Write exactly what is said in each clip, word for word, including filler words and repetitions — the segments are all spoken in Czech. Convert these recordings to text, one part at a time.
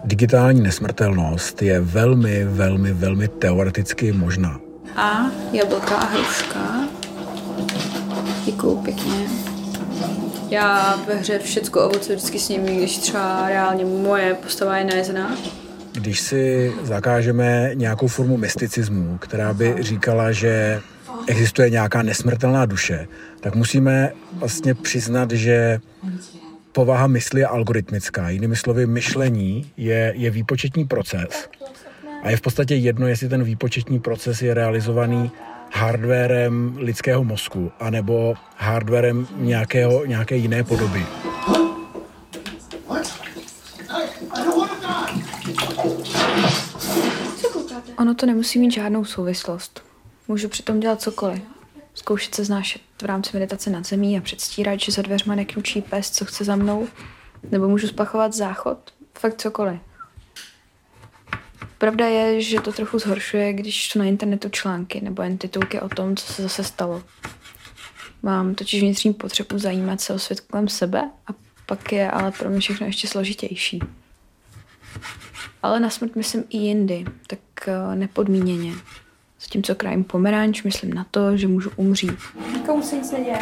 Digitální nesmrtelnost je velmi, velmi, velmi teoreticky možná. A jablka a hruška. Děkuju pěkně. Já ve hře všecko ovoce vždycky s nimi, když třeba reálně moje postava je najezená. Když si zakážeme nějakou formu mysticismu, která by říkala, že existuje nějaká nesmrtelná duše, tak musíme vlastně přiznat, že povaha mysli je algoritmická. Jinými slovy, myšlení je, je výpočetní proces a je v podstatě jedno, jestli ten výpočetní proces je realizovaný hardwarem lidského mozku anebo hardwarem nějakého, nějaké jiné podoby. Ono to nemusí mít žádnou souvislost. Můžu přitom dělat cokoliv. Zkoušet se znášet v rámci meditace nad zemí a předstírat, že za dveřma nekňučí pes, co chce za mnou. Nebo můžu spachovat záchod. Fakt cokoliv. Pravda je, že to trochu zhoršuje, když čtu na internetu články nebo jen titulky o tom, co se zase stalo. Mám totiž vnitřní potřebu zajímat se o svět kolem sebe a pak je ale pro mě všechno ještě složitější. Ale na smrt myslím i jindy, tak nepodmíněně. Zatímco krájím pomeranč, myslím na to, že můžu umřít. Nikomu se nic neděje.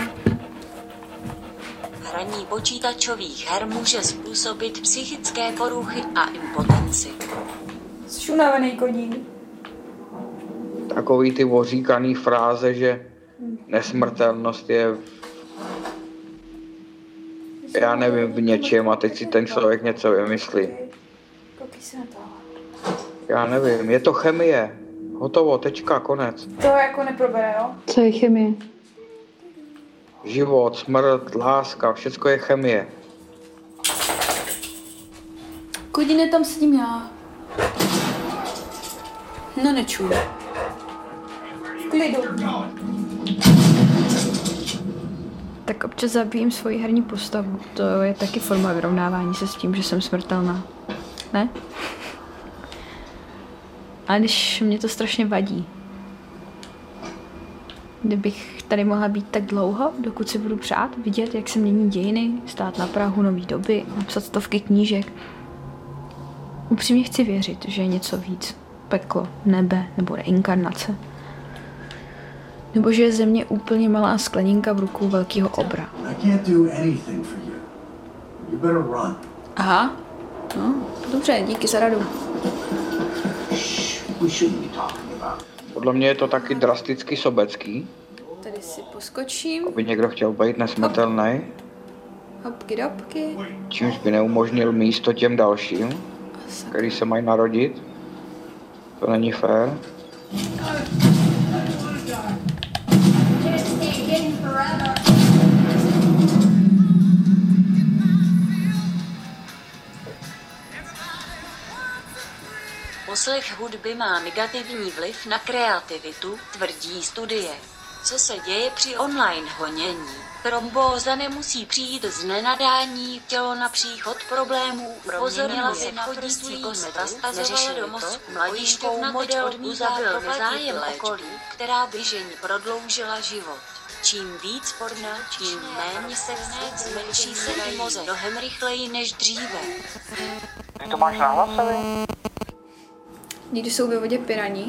Hraní počítačových her může způsobit psychické poruchy a impotenci. Jsi unavený, Kodín. Takový ty oříkaný fráze, že nesmrtelnost je já nevím v něčem a teď si ten člověk něco vymyslí. Já nevím, je to chemie. Hotovo, tečka, konec. To jako neprobere, jo? Co je chemie? Život, smrt, láska, všecko je chemie. Kodine, tam sedím já. No nečuju. V klidu. Tak občas zabijím svoji herní postavu. To je taky forma vyrovnávání se s tím, že jsem smrtelná. Ne? Ale když mě to strašně vadí. Kdybych tady mohla být tak dlouho, dokud si budu přát, vidět, jak se mění dějiny, stát na prahu nový doby, napsat stovky knížek. Upřímně chci věřit, že je něco víc. Peklo, nebe nebo reinkarnace. Nebo že je země úplně malá skleninka v rukou velkého obra. Aha, no, dobře, díky za radu. Podle mě je to taky drasticky sobecký. Tady si poskočím. Aby někdo chtěl být nesmrtelný. Hopky dopky. Čímž by neumožnil místo těm dalším, který se mají narodit. To není fér. Poslech hudby má negativní vliv na kreativitu, tvrdí studie. Co se děje při online honění? Trombóza nemusí přijít z nenadání, tělo na příchod problémů, upozornila se na chodící kostra, neřešili to, mladíčkou model uzavřel nezájem okolí, která by žení prodloužila život. Čím víc porna, tím méně sexy, zmenší se i mozek mnohem rychleji než dříve. Ty to máš nahlasový? Někdy jsou ve vodě piraní.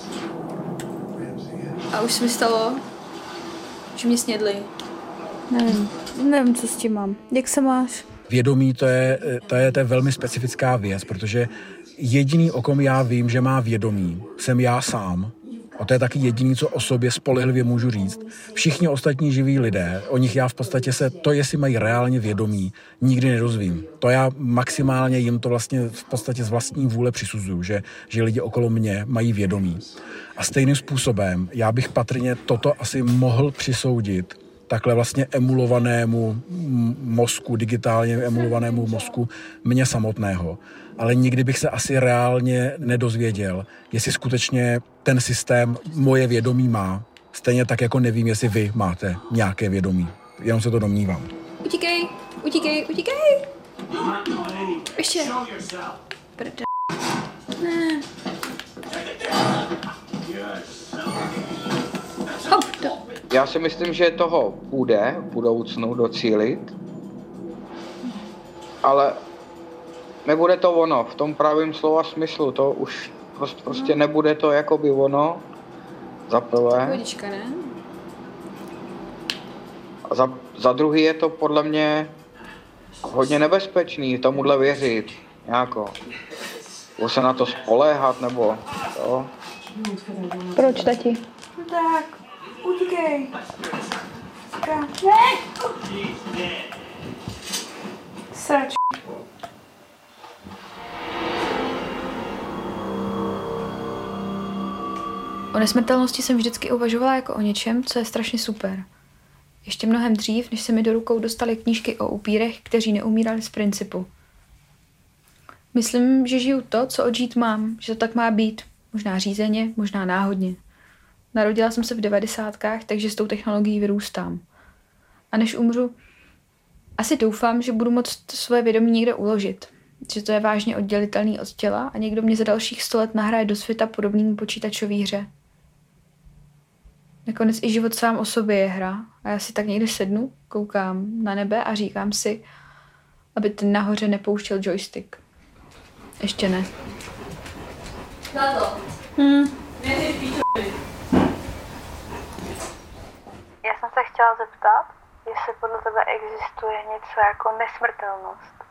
A už se mi stalo, že mě snědli. Nevím, nevím, co s tím mám. Jak se máš? Vědomí to je, to je, to je velmi specifická věc, protože jediný, o kom já vím, že má vědomí, jsem já sám. A to je taky jediný, co o sobě spolehlivě můžu říct. Všichni ostatní živí lidé, o nich já v podstatě se to, jestli mají reálně vědomí, nikdy nedozvím. To já maximálně jim to vlastně v podstatě z vlastní vůle přisuzuju, že, že lidi okolo mě mají vědomí. A stejným způsobem já bych patrně toto asi mohl přisoudit takhle vlastně emulovanému mozku, digitálně emulovanému mozku mě samotného. Ale nikdy bych se asi reálně nedozvěděl, jestli skutečně ten systém moje vědomí má. Stejně tak, jako nevím, jestli vy máte nějaké vědomí. Jenom se to domnívám. Utíkej, utíkej, utíkej! Ještě. Prda. Ne. Hop, do. Já si myslím, že toho bude v budoucnu docílit, ale nebude to ono, v tom pravém slova smyslu, to už prostě, prostě no. nebude to jakoby ono, za prvé. Vodička, ne? A za, za druhý je to podle mě hodně nebezpečný tomuhle věřit, nějako. Nebo se na to spoléhat, nebo to. Proč, tati? No tak, utíkej. Srač. O nesmrtelnosti jsem vždycky uvažovala jako o něčem, co je strašně super. Ještě mnohem dřív, než se mi do rukou dostaly knížky o upírech, kteří neumírali z principu. Myslím, že žiju to, co odžít mám, že to tak má být. Možná řízeně, možná náhodně. Narodila jsem se v devadesátkách, takže s tou technologií vyrůstám. A než umřu, asi doufám, že budu moct svoje vědomí někde uložit. Že to je vážně oddělitelný od těla a někdo mě za dalších sto let nahraje do světa podobným počítačové hře. Nakonec i život sám o sobě je hra a já si tak někde sednu, koukám na nebe a říkám si, aby ten nahoře nepouštěl joystick. Ještě ne. Na to. Hmm. Já jsem se chtěla zeptat, jestli podle tebe existuje něco jako nesmrtelnost.